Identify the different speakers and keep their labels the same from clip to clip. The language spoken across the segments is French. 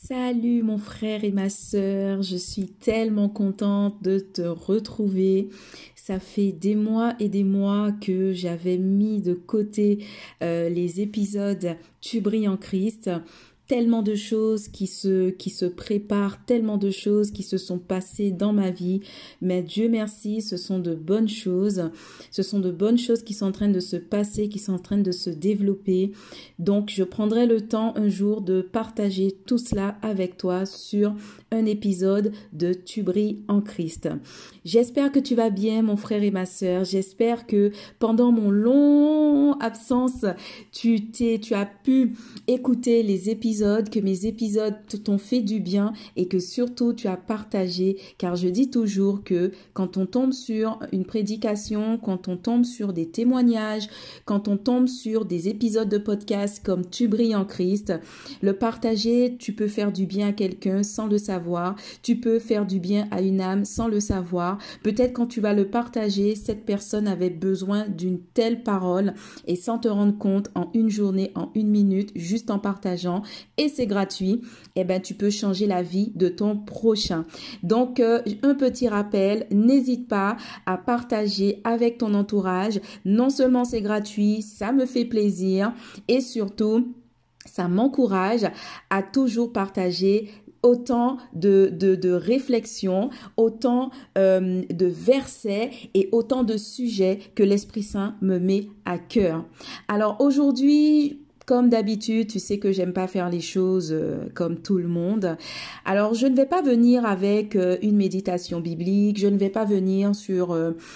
Speaker 1: Salut mon frère et ma sœur, je suis tellement contente de te retrouver. Ça fait des mois et des mois que j'avais mis de côté les épisodes Tu brilles en Christ. Tellement de choses qui se préparent, tellement de choses qui se sont passées dans ma vie. Mais Dieu merci, ce sont de bonnes choses. Ce sont de bonnes choses qui sont en train de se passer, qui sont en train de se développer. Donc, je prendrai le temps un jour de partager tout cela avec toi sur un épisode de Tu brilles en Christ. J'espère que tu vas bien, mon frère et ma sœur. J'espère que pendant mon long absence, tu as pu écouter les épisodes, que mes épisodes t'ont fait du bien et que surtout tu as partagé, car je dis toujours que quand on tombe sur une prédication, quand on tombe sur des témoignages, quand on tombe sur des épisodes de podcast comme Tu brilles en Christ, le partager, tu peux faire du bien à quelqu'un sans le savoir, tu peux faire du bien à une âme sans le savoir. Peut-être quand tu vas le partager, cette personne avait besoin d'une telle parole et sans te rendre compte, en une journée, en une minute, juste en partageant, et c'est gratuit, eh ben, tu peux changer la vie de ton prochain. Donc, un petit rappel, n'hésite pas à partager avec ton entourage. Non seulement c'est gratuit, ça me fait plaisir et surtout, ça m'encourage à toujours partager autant de réflexions, autant de versets et autant de sujets que l'Esprit Saint me met à cœur. Alors aujourd'hui, comme d'habitude, tu sais que j'aime pas faire les choses comme tout le monde. Alors, je ne vais pas venir avec une méditation biblique, je ne vais pas venir sur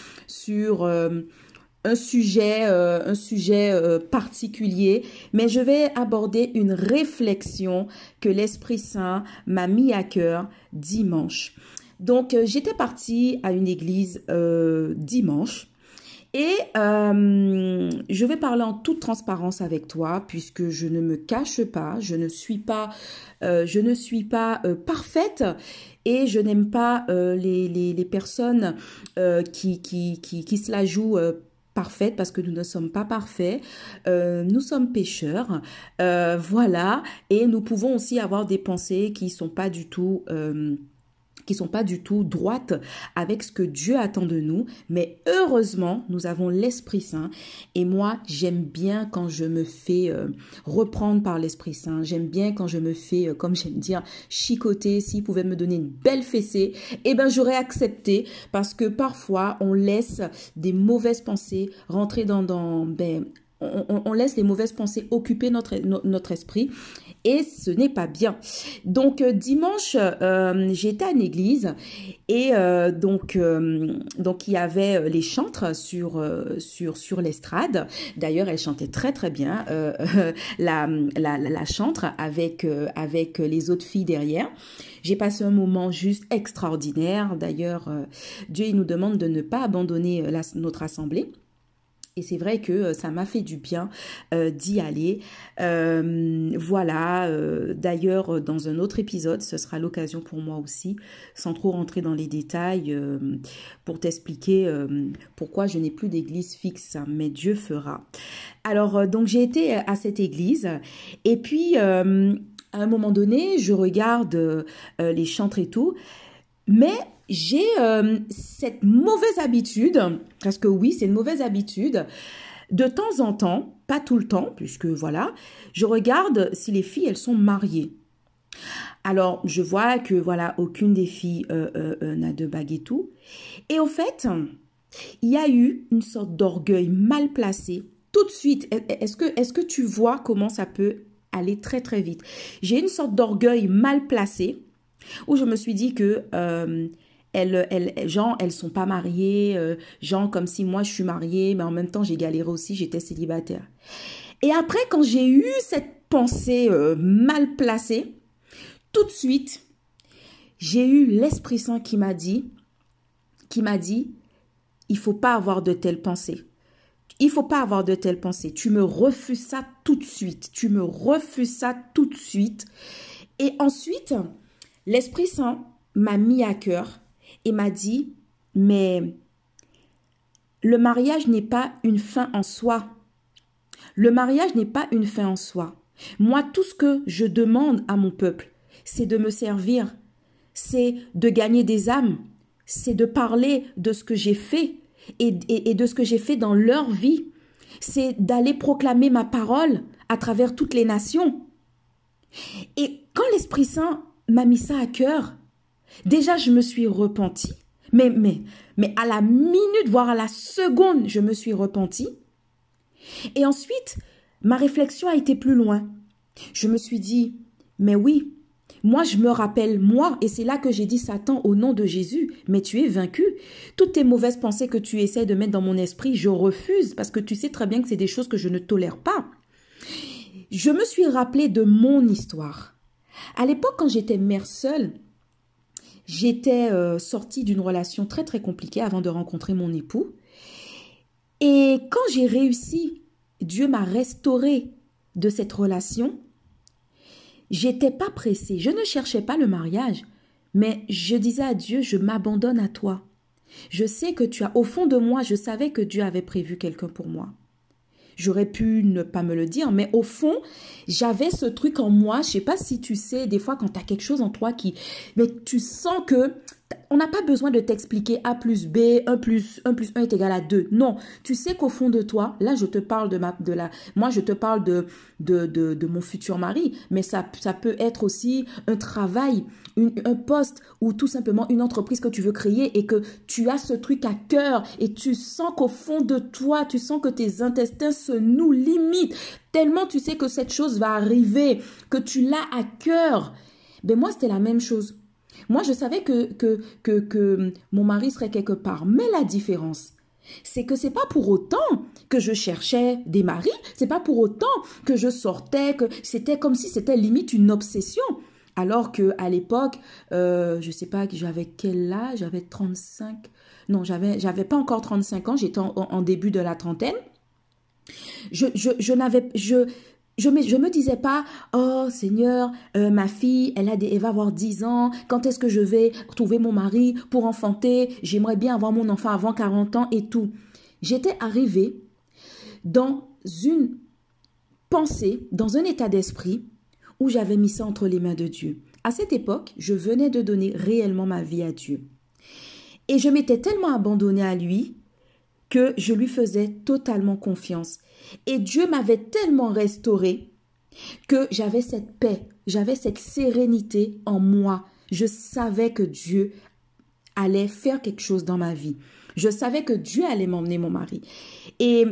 Speaker 1: un sujet particulier, mais je vais aborder une réflexion que l'Esprit Saint m'a mis à cœur dimanche. Donc, j'étais partie à une église dimanche. Et je vais parler en toute transparence avec toi, puisque je ne me cache pas, je ne suis pas parfaite et je n'aime pas les personnes qui se la jouent parfaite, parce que nous ne sommes pas parfaits, nous sommes pécheurs, voilà, et nous pouvons aussi avoir des pensées qui sont pas du tout droites avec ce que Dieu attend de nous, mais heureusement, nous avons l'Esprit Saint et moi, j'aime bien quand je me fais reprendre par l'Esprit Saint, j'aime bien quand je me fais, comme j'aime dire, chicoter. S'il pouvait me donner une belle fessée, eh ben j'aurais accepté, parce que parfois, on laisse des mauvaises pensées rentrer on laisse les mauvaises pensées occuper notre esprit et ce n'est pas bien. Donc dimanche, j'étais à une église et donc il y avait les chantres sur l'estrade. D'ailleurs, elle chantait très très bien, la chantre avec les autres filles derrière. J'ai passé un moment juste extraordinaire. D'ailleurs, Dieu il nous demande de ne pas abandonner notre assemblée. Et c'est vrai que ça m'a fait du bien d'y aller. Voilà, d'ailleurs, dans un autre épisode, ce sera l'occasion pour moi aussi, sans trop rentrer dans les détails, pour t'expliquer pourquoi je n'ai plus d'église fixe, mais Dieu fera. Alors, donc j'ai été à cette église et puis, à un moment donné, je regarde les chantres et tout, mais j'ai cette mauvaise habitude, parce que oui, c'est une mauvaise habitude, de temps en temps, pas tout le temps, puisque voilà, je regarde si les filles, elles sont mariées. Alors, je vois que voilà, aucune des filles n'a de bague et tout. Et au fait, il y a eu une sorte d'orgueil mal placé. Tout de suite, est-ce que tu vois comment ça peut aller très très vite? J'ai une sorte d'orgueil mal placé, où je me suis dit que elles sont pas mariées, genre comme si moi je suis mariée, mais en même temps j'ai galéré aussi, j'étais célibataire. Et après, quand j'ai eu cette pensée mal placée, tout de suite, j'ai eu l'Esprit Saint qui m'a dit, il faut pas avoir de telles pensées. Il faut pas avoir de telles pensées. Tu me refuses ça tout de suite. Tu me refuses ça tout de suite. Et ensuite, l'Esprit Saint m'a mis à cœur et m'a dit, mais le mariage n'est pas une fin en soi. Le mariage n'est pas une fin en soi. Moi, tout ce que je demande à mon peuple, c'est de me servir, c'est de gagner des âmes, c'est de parler de ce que j'ai fait et de ce que j'ai fait dans leur vie. C'est d'aller proclamer ma parole à travers toutes les nations. Et quand l'Esprit Saint m'a mis ça à cœur, déjà je me suis repentie. Mais à la minute, voire à la seconde, je me suis repentie. Et ensuite, ma réflexion a été plus loin. Je me suis dit, mais oui, moi je me rappelle, moi, et c'est là que j'ai dit, Satan, au nom de Jésus, mais tu es vaincu. Toutes tes mauvaises pensées que tu essaies de mettre dans mon esprit, je refuse, parce que tu sais très bien que c'est des choses que je ne tolère pas. Je me suis rappelé de mon histoire. À l'époque, quand j'étais mère seule, j'étais sortie d'une relation très très compliquée avant de rencontrer mon époux. Et quand j'ai réussi, Dieu m'a restaurée de cette relation. J'étais pas pressée, je ne cherchais pas le mariage, mais je disais à Dieu, je m'abandonne à toi. Je sais que tu as, au fond de moi, je savais que Dieu avait prévu quelqu'un pour moi. J'aurais pu ne pas me le dire, mais au fond, j'avais ce truc en moi. Je sais pas si tu sais, des fois, quand tu as quelque chose en toi mais tu sens que on n'a pas besoin de t'expliquer A plus B, 1 plus 1 est égal à 2. Non, tu sais qu'au fond de toi, là, je te parle moi, je te parle de mon futur mari, mais ça peut être aussi un travail, un poste ou tout simplement une entreprise que tu veux créer et que tu as ce truc à cœur et tu sens qu'au fond de toi, tu sens que tes intestins se nouent limite, tellement tu sais que cette chose va arriver, que tu l'as à cœur. Ben moi, c'était la même chose. Moi, je savais que mon mari serait quelque part. Mais la différence, c'est que c'est pas pour autant que je cherchais des maris, c'est pas pour autant que je sortais, que c'était comme si c'était limite une obsession. Alors que à l'époque, je sais pas, j'avais quel âge? J'avais 35. Non, j'avais pas encore 35 ans, j'étais en début de la trentaine. Je me disais pas, oh Seigneur, ma fille, elle va avoir 10 ans, quand est-ce que je vais trouver mon mari pour enfanter? J'aimerais bien avoir mon enfant avant 40 ans et tout. J'étais arrivée dans une pensée, dans un état d'esprit où j'avais mis ça entre les mains de Dieu. À cette époque, je venais de donner réellement ma vie à Dieu. Et je m'étais tellement abandonnée à lui que je lui faisais totalement confiance. Et Dieu m'avait tellement restaurée que j'avais cette paix, j'avais cette sérénité en moi. Je savais que Dieu allait faire quelque chose dans ma vie. Je savais que Dieu allait m'emmener mon mari. Et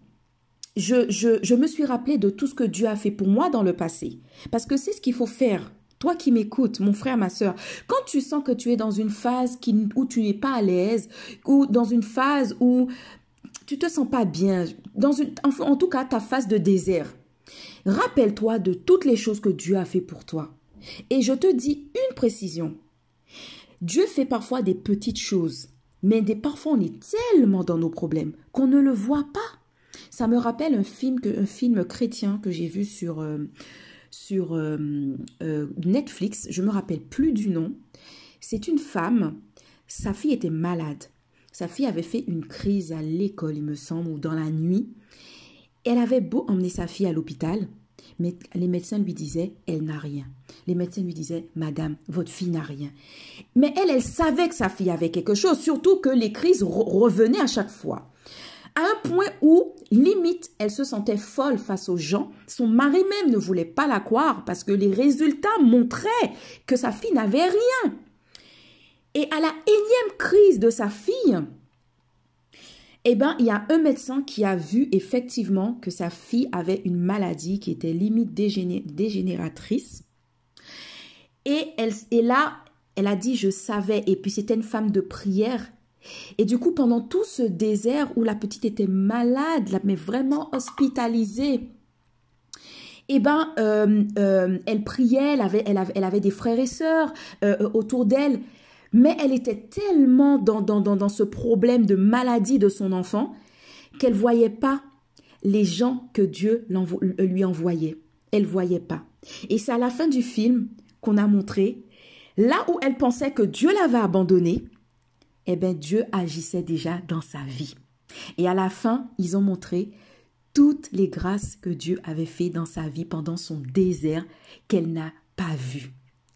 Speaker 1: je me suis rappelée de tout ce que Dieu a fait pour moi dans le passé. Parce que c'est ce qu'il faut faire. Toi qui m'écoutes, mon frère, ma soeur, quand tu sens que tu es dans une phase où tu n'es pas à l'aise, ou dans une phase où tu te sens pas bien, en tout cas ta phase de désert, rappelle-toi de toutes les choses que Dieu a fait pour toi. Et je te dis une précision. Dieu fait parfois des petites choses, mais parfois on est tellement dans nos problèmes qu'on ne le voit pas. Ça me rappelle un film chrétien que j'ai vu sur Netflix. Je me rappelle plus du nom. C'est une femme. Sa fille était malade. Sa fille avait fait une crise à l'école, il me semble, ou dans la nuit. Elle avait beau emmener sa fille à l'hôpital, mais les médecins lui disaient, elle n'a rien. Les médecins lui disaient, madame, votre fille n'a rien. Mais elle savait que sa fille avait quelque chose, surtout que les crises revenaient à chaque fois. À un point où, limite, elle se sentait folle face aux gens. Son mari même ne voulait pas la croire parce que les résultats montraient que sa fille n'avait rien. Et à la énième crise de sa fille, il y a un médecin qui a vu effectivement que sa fille avait une maladie qui était limite dégénératrice. Et là, elle a dit, je savais. Et puis, c'était une femme de prière. Et du coup, pendant tout ce désert où la petite était malade, mais vraiment hospitalisée, elle priait, elle avait des frères et sœurs autour d'elle. Mais elle était tellement dans ce problème de maladie de son enfant qu'elle ne voyait pas les gens que Dieu lui envoyait. Elle ne voyait pas. Et c'est à la fin du film qu'on a montré, là où elle pensait que Dieu l'avait abandonnée, Dieu agissait déjà dans sa vie. Et à la fin, ils ont montré toutes les grâces que Dieu avait fait dans sa vie pendant son désert qu'elle n'a pas vues.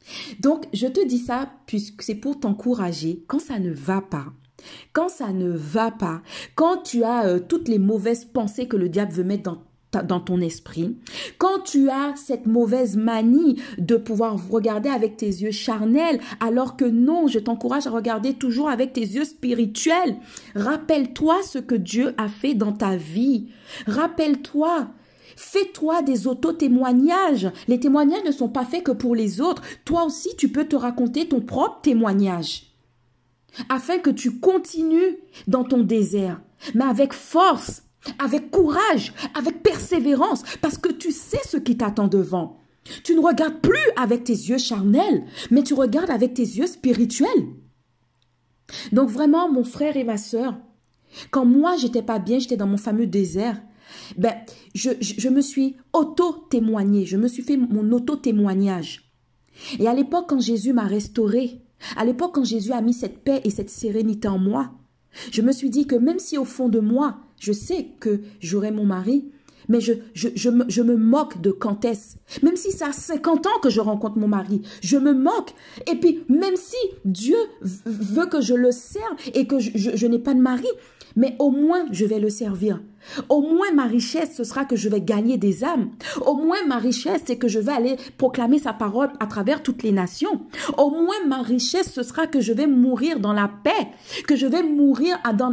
Speaker 1: Donc, je te dis ça puisque c'est pour t'encourager quand ça ne va pas. Quand ça ne va pas, quand tu as toutes les mauvaises pensées que le diable veut mettre dans ton esprit, quand tu as cette mauvaise manie de pouvoir regarder avec tes yeux charnels, alors que non, je t'encourage à regarder toujours avec tes yeux spirituels. Rappelle-toi ce que Dieu a fait dans ta vie. Rappelle-toi. Fais-toi des auto-témoignages. Les témoignages ne sont pas faits que pour les autres. Toi aussi, tu peux te raconter ton propre témoignage afin que tu continues dans ton désert, mais avec force, avec courage, avec persévérance, parce que tu sais ce qui t'attend devant. Tu ne regardes plus avec tes yeux charnels, mais tu regardes avec tes yeux spirituels. Donc vraiment, mon frère et ma sœur, quand moi, j'étais pas bien, j'étais dans mon fameux désert, ben, je me suis auto-témoignée, je me suis fait mon auto-témoignage. Et à l'époque, quand Jésus m'a restaurée, à l'époque, quand Jésus a mis cette paix et cette sérénité en moi, je me suis dit que même si au fond de moi, je sais que j'aurai mon mari, mais je me moque de quand est-ce. Même si ça a 50 ans que je rencontre mon mari, je me moque. Et puis, même si Dieu veut que je le serve et que je n'ai pas de mari, mais au moins je vais le servir. Au moins ma richesse, ce sera que je vais gagner des âmes. Au moins ma richesse, c'est que je vais aller proclamer sa parole à travers toutes les nations. Au moins ma richesse, ce sera que je vais mourir dans la paix, que je vais mourir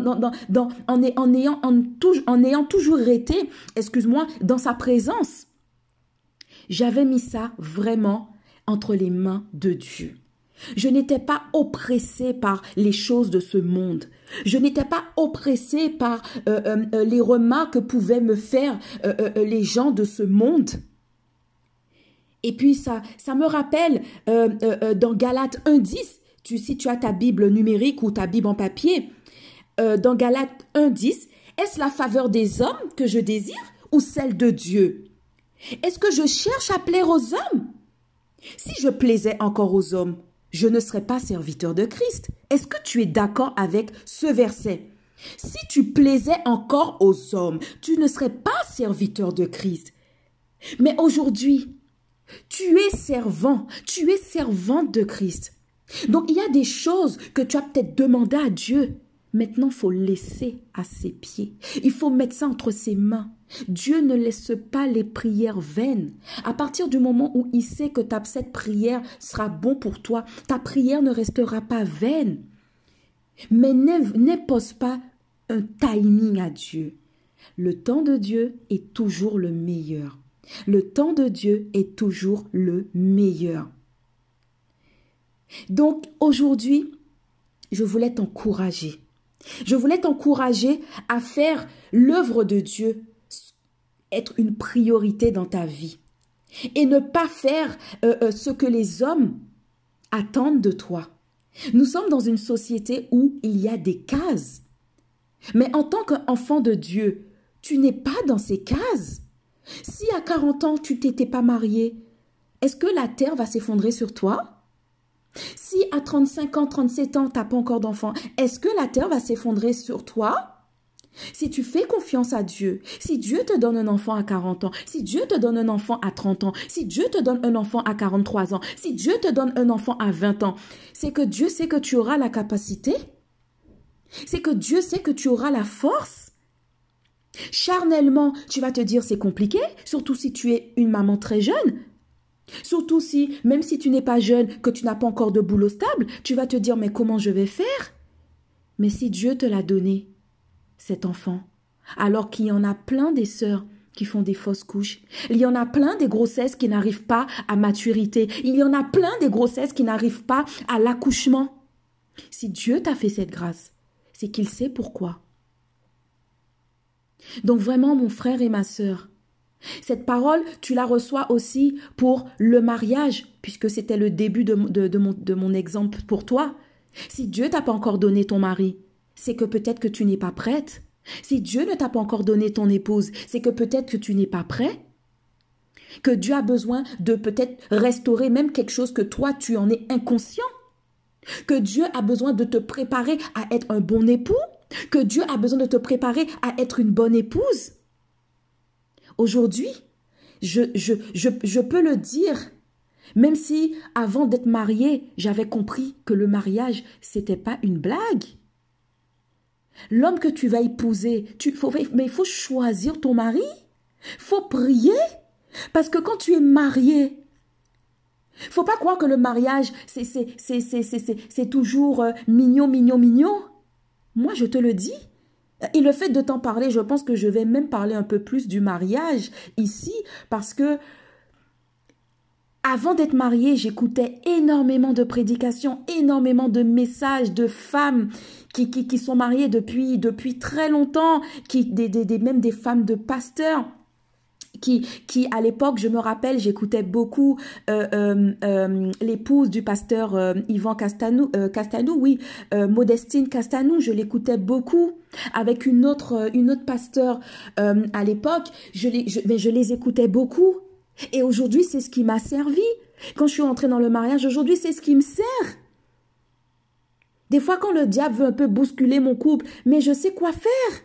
Speaker 1: en ayant toujours été, excuse-moi, dans sa présence. J'avais mis ça vraiment entre les mains de Dieu. Je n'étais pas oppressée par les choses de ce monde. Je n'étais pas oppressée par les remarques que pouvaient me faire les gens de ce monde. Et puis ça me rappelle dans Galates 1,10, si tu as ta Bible numérique ou ta Bible en papier, dans Galates 1,10, est-ce la faveur des hommes que je désire ou celle de Dieu? Est-ce que je cherche à plaire aux hommes? Si je plaisais encore aux hommes, je ne serais pas serviteur de Christ. Est-ce que tu es d'accord avec ce verset? Si tu plaisais encore aux hommes, tu ne serais pas serviteur de Christ. Mais aujourd'hui, tu es servant, tu es servante de Christ. Donc il y a des choses que tu as peut-être demandé à Dieu. Maintenant, il faut laisser à ses pieds. Il faut mettre ça entre ses mains. Dieu ne laisse pas les prières vaines. À partir du moment où il sait que cette prière sera bon pour toi, ta prière ne restera pas vaine. Mais n'impose pas un timing à Dieu. Le temps de Dieu est toujours le meilleur. Le temps de Dieu est toujours le meilleur. Donc aujourd'hui, je voulais t'encourager. Je voulais t'encourager à faire l'œuvre de Dieu être une priorité dans ta vie et ne pas faire ce que les hommes attendent de toi. Nous sommes dans une société où il y a des cases. Mais en tant qu'enfant de Dieu, tu n'es pas dans ces cases. Si à 40 ans, tu t'étais pas marié, est-ce que la terre va s'effondrer sur toi? Si à 35 ans, 37 ans, tu n'as pas encore d'enfant, est-ce que la terre va s'effondrer sur toi? Si tu fais confiance à Dieu, si Dieu te donne un enfant à 40 ans, si Dieu te donne un enfant à 30 ans, si Dieu te donne un enfant à 43 ans, si Dieu te donne un enfant à 20 ans, c'est que Dieu sait que tu auras la capacité. C'est que Dieu sait que tu auras la force. Charnellement, tu vas te dire c'est compliqué, surtout si tu es une maman très jeune. Surtout si, même si tu n'es pas jeune, que tu n'as pas encore de boulot stable, tu vas te dire mais comment je vais faire? Mais si Dieu te l'a donné, cet enfant, alors qu'il y en a plein des sœurs qui font des fausses couches, il y en a plein des grossesses qui n'arrivent pas à maturité, il y en a plein des grossesses qui n'arrivent pas à l'accouchement. Si Dieu t'a fait cette grâce, c'est qu'il sait pourquoi. Donc vraiment, mon frère et ma sœur, cette parole, tu la reçois aussi pour le mariage, puisque c'était le début de mon exemple pour toi. Si Dieu t'a pas encore donné ton mari, c'est que peut-être que tu n'es pas prête. Si Dieu ne t'a pas encore donné ton épouse, c'est que peut-être que tu n'es pas prêt. Que Dieu a besoin de peut-être restaurer même quelque chose que toi, tu en es inconscient. Que Dieu a besoin de te préparer à être un bon époux. Que Dieu a besoin de te préparer à être une bonne épouse. Aujourd'hui, je peux le dire, Même si, avant d'être mariée, j'avais compris que le mariage, c'était pas une blague. L'homme que tu vas épouser, mais il faut choisir ton mari. Il faut prier. Parce que quand tu es marié, faut pas croire que le mariage, c'est toujours mignon, mignon, mignon. Moi, je te le dis. Et le fait de t'en parler, je pense que je vais même parler un peu plus du mariage ici, parce que avant d'être mariée, j'écoutais énormément de prédications, énormément de messages de femmes qui sont mariées depuis très longtemps, même des femmes de pasteurs. Qui à l'époque, je me rappelle, j'écoutais beaucoup l'épouse du pasteur Yvan Castanou, oui, Modestine Castanou, je l'écoutais beaucoup avec une autre pasteur à l'époque, mais je les écoutais beaucoup. Et aujourd'hui, c'est ce qui m'a servi. Quand je suis entrée dans le mariage, aujourd'hui, c'est ce qui me sert. Des fois, quand le diable veut un peu bousculer mon couple, mais je sais quoi faire.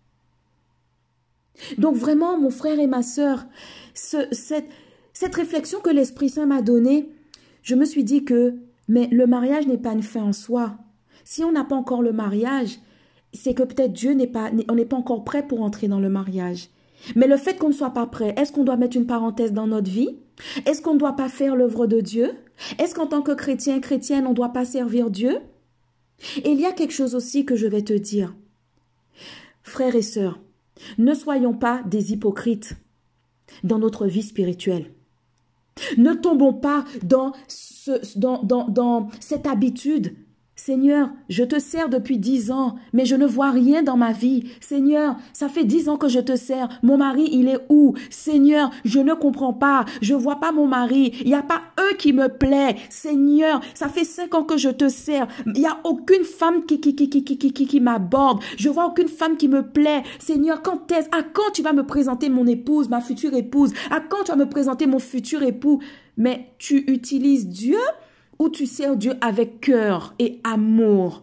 Speaker 1: Donc vraiment, mon frère et ma sœur, cette réflexion que l'Esprit Saint m'a donnée, je me suis dit que mais le mariage n'est pas une fin en soi. Si on n'a pas encore le mariage, c'est que peut-être on n'est pas encore prêt pour entrer dans le mariage. Mais le fait qu'on ne soit pas prêt, est-ce qu'on doit mettre une parenthèse dans notre vie? Est-ce qu'on ne doit pas faire l'œuvre de Dieu? Est-ce qu'en tant que chrétien, chrétienne, on ne doit pas servir Dieu? Et il y a quelque chose aussi que je vais te dire. Frères et sœurs, ne soyons pas des hypocrites dans notre vie spirituelle. Ne tombons pas dans cette habitude. Seigneur, je te sers depuis 10 ans, mais je ne vois rien dans ma vie. Seigneur, ça fait 10 ans que je te sers. Mon mari, il est où? Seigneur, je ne comprends pas. Je vois pas mon mari. Il n'y a pas eux qui me plaît. Seigneur, ça fait 5 ans que je te sers. Il n'y a aucune femme qui m'aborde. Je vois aucune femme qui me plaît. Seigneur, à quand tu vas me présenter mon épouse, ma future épouse? À quand tu vas me présenter mon futur époux? Mais tu utilises Dieu où tu sers Dieu avec cœur et amour.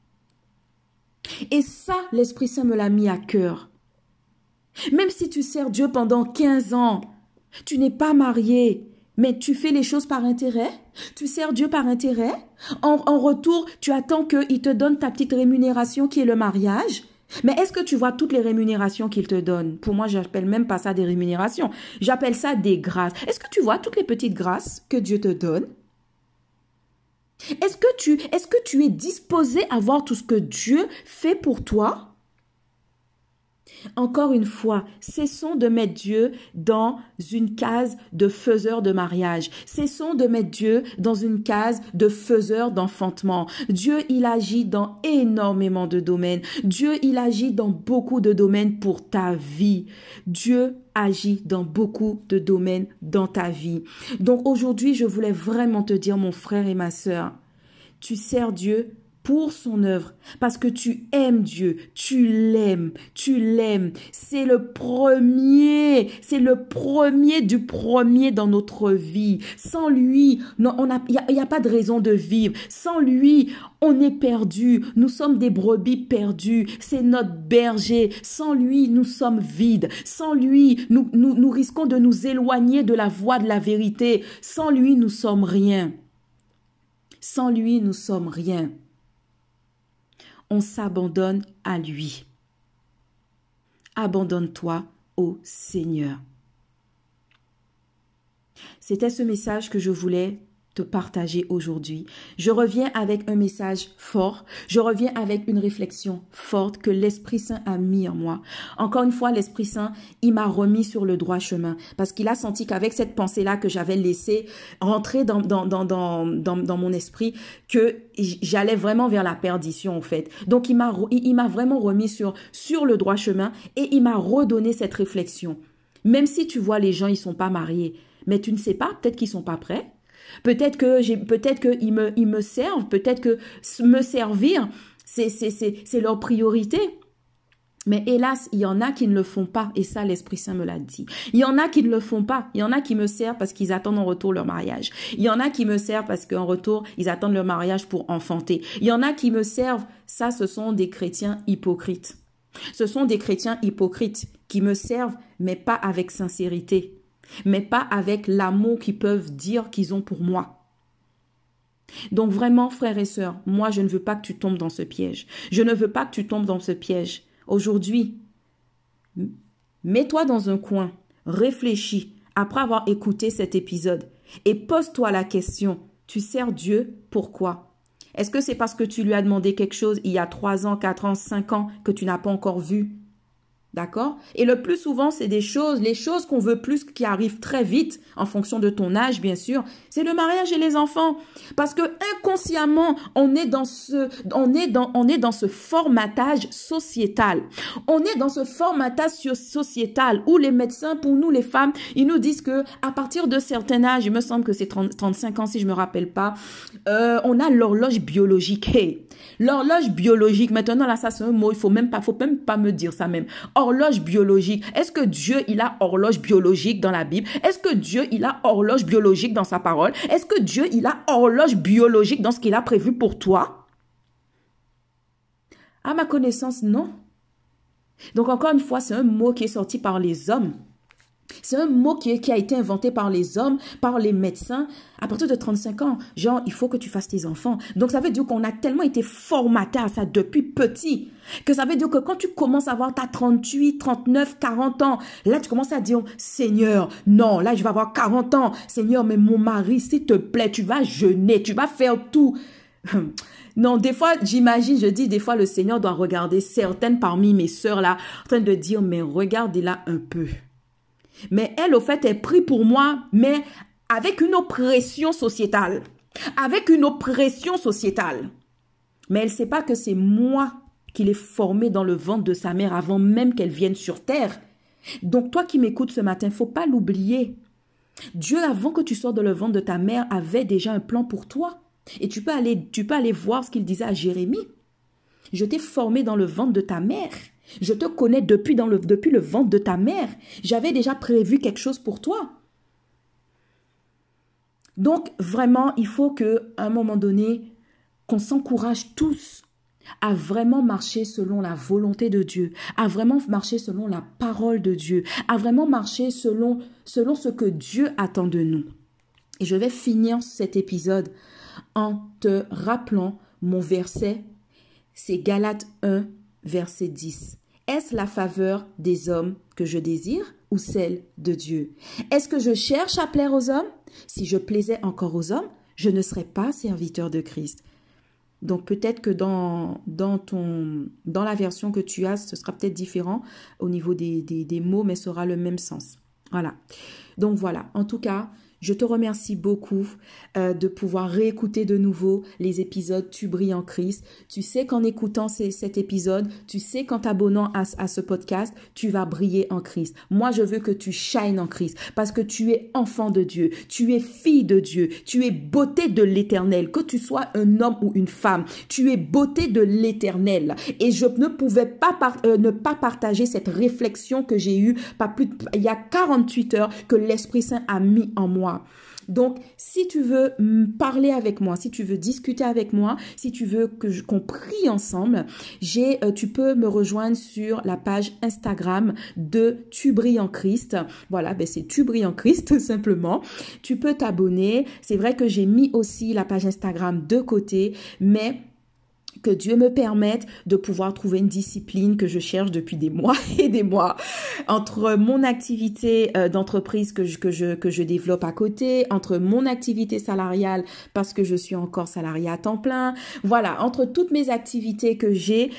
Speaker 1: Et ça, l'Esprit Saint me l'a mis à cœur. Même si tu sers Dieu pendant 15 ans, tu n'es pas marié, mais tu fais les choses par intérêt, tu sers Dieu par intérêt, en retour, tu attends qu'il te donne ta petite rémunération qui est le mariage. Mais est-ce que tu vois toutes les rémunérations qu'il te donne? Pour moi, j'appelle même pas ça des rémunérations. J'appelle ça des grâces. Est-ce que tu vois toutes les petites grâces que Dieu te donne? Est-ce que tu es disposé à voir tout ce que Dieu fait pour toi? Encore une fois, cessons de mettre Dieu dans une case de faiseur de mariage. Cessons de mettre Dieu dans une case de faiseur d'enfantement. Dieu, il agit dans énormément de domaines. Dieu, il agit dans beaucoup de domaines pour ta vie. Dieu agit dans beaucoup de domaines dans ta vie. Donc aujourd'hui, je voulais vraiment te dire, mon frère et ma sœur, tu sers Dieu pour son œuvre, parce que tu aimes Dieu, tu l'aimes. C'est le premier du premier dans notre vie. Sans lui, il n'y a pas de raison de vivre. Sans lui, on est perdu. Nous sommes des brebis perdues. C'est notre berger. Sans lui, nous sommes vides. Sans lui, nous risquons de nous éloigner de la voie de la vérité. Sans lui, nous sommes rien. Sans lui, nous sommes rien. On s'abandonne à lui. Abandonne-toi au Seigneur. C'était ce message que je voulais te partager aujourd'hui. Je reviens avec un message fort. Je reviens avec une réflexion forte que l'Esprit Saint a mis en moi. Encore une fois, l'Esprit Saint, il m'a remis sur le droit chemin parce qu'il a senti qu'avec cette pensée-là que j'avais laissée rentrer dans mon esprit, que j'allais vraiment vers la perdition, en fait. Donc, il m'a vraiment remis sur le droit chemin et il m'a redonné cette réflexion. Même si tu vois les gens, ils sont pas mariés, mais tu ne sais pas, peut-être qu'ils sont pas prêts. Peut-être qu'ils me servent, peut-être que me servir, c'est leur priorité. Mais hélas, il y en a qui ne le font pas. Et ça, l'Esprit Saint me l'a dit. Il y en a qui ne le font pas. Il y en a qui me servent parce qu'ils attendent en retour leur mariage. Il y en a qui me servent parce qu'en retour, ils attendent leur mariage pour enfanter. Il y en a qui me servent. Ça, ce sont des chrétiens hypocrites. Ce sont des chrétiens hypocrites qui me servent, mais pas avec sincérité. mais pas avec l'amour qu'ils peuvent dire qu'ils ont pour moi. Donc vraiment, frères et sœurs, moi, je ne veux pas que tu tombes dans ce piège. Je ne veux pas que tu tombes dans ce piège. Aujourd'hui, mets-toi dans un coin, réfléchis après avoir écouté cet épisode et pose-toi la question, tu sers Dieu pourquoi? Est-ce que c'est parce que tu lui as demandé quelque chose il y a 3 ans, 4 ans, 5 ans que tu n'as pas encore vu? D'accord? Et le plus souvent, c'est les choses qu'on veut plus qui arrivent très vite en fonction de ton âge, bien sûr. C'est le mariage et les enfants. Parce que inconsciemment, on est dans ce formatage sociétal. On est dans ce formatage sociétal où les médecins, pour nous, les femmes, ils nous disent que à partir de certain âge, il me semble que c'est 35 ans si je me rappelle pas, on a l'horloge biologique. Hey, l'horloge biologique, maintenant là, ça c'est un mot, faut même pas me dire ça même. Horloge biologique. Est-ce que Dieu, il a horloge biologique dans la Bible? Est-ce que Dieu, il a horloge biologique dans sa parole? Est-ce que Dieu, il a horloge biologique dans ce qu'il a prévu pour toi? À ma connaissance, non. Donc encore une fois, c'est un mot qui est sorti par les hommes. C'est un mot qui a été inventé par les hommes, par les médecins, à partir de 35 ans. Genre, il faut que tu fasses tes enfants. Donc, ça veut dire qu'on a tellement été formaté à ça depuis petit, que ça veut dire que quand tu commences à avoir ta 38, 39, 40 ans, là, tu commences à dire, Seigneur, non, là, je vais avoir 40 ans. Seigneur, mais mon mari, s'il te plaît, tu vas jeûner, tu vas faire tout. Non, des fois, j'imagine, je dis, des fois, le Seigneur doit regarder certaines parmi mes sœurs là, en train de dire, mais regardez-la un peu. Mais elle, au fait, est prise pour moi, mais avec une oppression sociétale. Avec une oppression sociétale. Mais elle ne sait pas que c'est moi qui l'ai formée dans le ventre de sa mère avant même qu'elle vienne sur terre. Donc, toi qui m'écoutes ce matin, il ne faut pas l'oublier. Dieu, avant que tu sors de le ventre de ta mère, avait déjà un plan pour toi. Et tu peux aller voir ce qu'il disait à Jérémie. Je t'ai formé dans le ventre de ta mère. Je te connais depuis le ventre de ta mère. J'avais déjà prévu quelque chose pour toi. Donc, vraiment, il faut qu'à un moment donné, qu'on s'encourage tous à vraiment marcher selon la volonté de Dieu, à vraiment marcher selon la parole de Dieu, à vraiment marcher selon ce que Dieu attend de nous. Et je vais finir cet épisode en te rappelant mon verset, c'est Galates 1, verset 10. Est-ce la faveur des hommes que je désire ou celle de Dieu? Est-ce que je cherche à plaire aux hommes? Si je plaisais encore aux hommes, je ne serais pas serviteur de Christ. Donc peut-être que dans la version que tu as, ce sera peut-être différent au niveau des mots, mais ça aura le même sens. Voilà. Donc voilà, en tout cas, je te remercie beaucoup de pouvoir réécouter de nouveau les épisodes Tu brilles en Christ. Tu sais qu'en écoutant cet épisode, tu sais qu'en t'abonnant à ce podcast, tu vas briller en Christ. Moi, je veux que tu shines en Christ parce que tu es enfant de Dieu, tu es fille de Dieu, tu es beauté de l'Éternel. Que tu sois un homme ou une femme, tu es beauté de l'Éternel. Et je ne pouvais pas ne pas partager cette réflexion que j'ai eue il y a 48 heures que l'Esprit Saint a mis en moi. Donc, si tu veux parler avec moi, si tu veux discuter avec moi, si tu veux qu'on prie ensemble, tu peux me rejoindre sur la page Instagram de Tu brilles en Christ. Voilà, ben c'est Tu brilles en Christ, tout simplement. Tu peux t'abonner. C'est vrai que j'ai mis aussi la page Instagram de côté, mais que Dieu me permette de pouvoir trouver une discipline que je cherche depuis des mois et des mois entre mon activité d'entreprise que je développe à côté, entre mon activité salariale parce que je suis encore salariée à temps plein. Voilà, entre toutes mes activités que j'ai,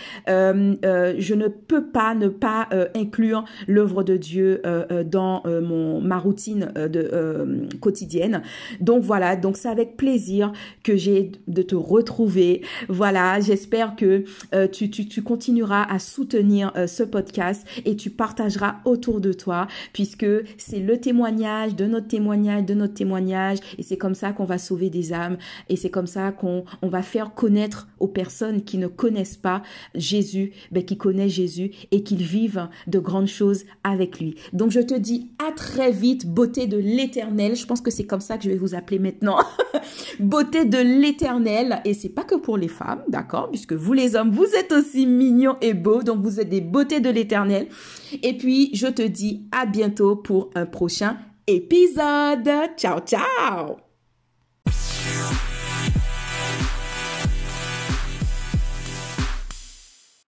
Speaker 1: je ne peux pas ne pas inclure l'œuvre de Dieu dans ma routine quotidienne. Donc voilà, donc c'est avec plaisir que j'ai de te retrouver. Voilà, j'espère que tu continueras à soutenir ce podcast et tu partageras autour de toi puisque c'est le témoignage de notre témoignage et c'est comme ça qu'on va sauver des âmes et c'est comme ça qu'on va faire connaître aux personnes qui ne connaissent pas Jésus, qui connaissent Jésus et qu'ils vivent de grandes choses avec lui. Donc je te dis à très vite, beauté de l'Éternel. Je pense que c'est comme ça que je vais vous appeler maintenant. Beauté de l'Éternel et c'est pas que pour les femmes, d'accord? Puisque vous les hommes, vous êtes aussi mignons et beaux, donc vous êtes des beautés de l'Éternel. Et puis, je te dis à bientôt pour un prochain épisode. Ciao, ciao!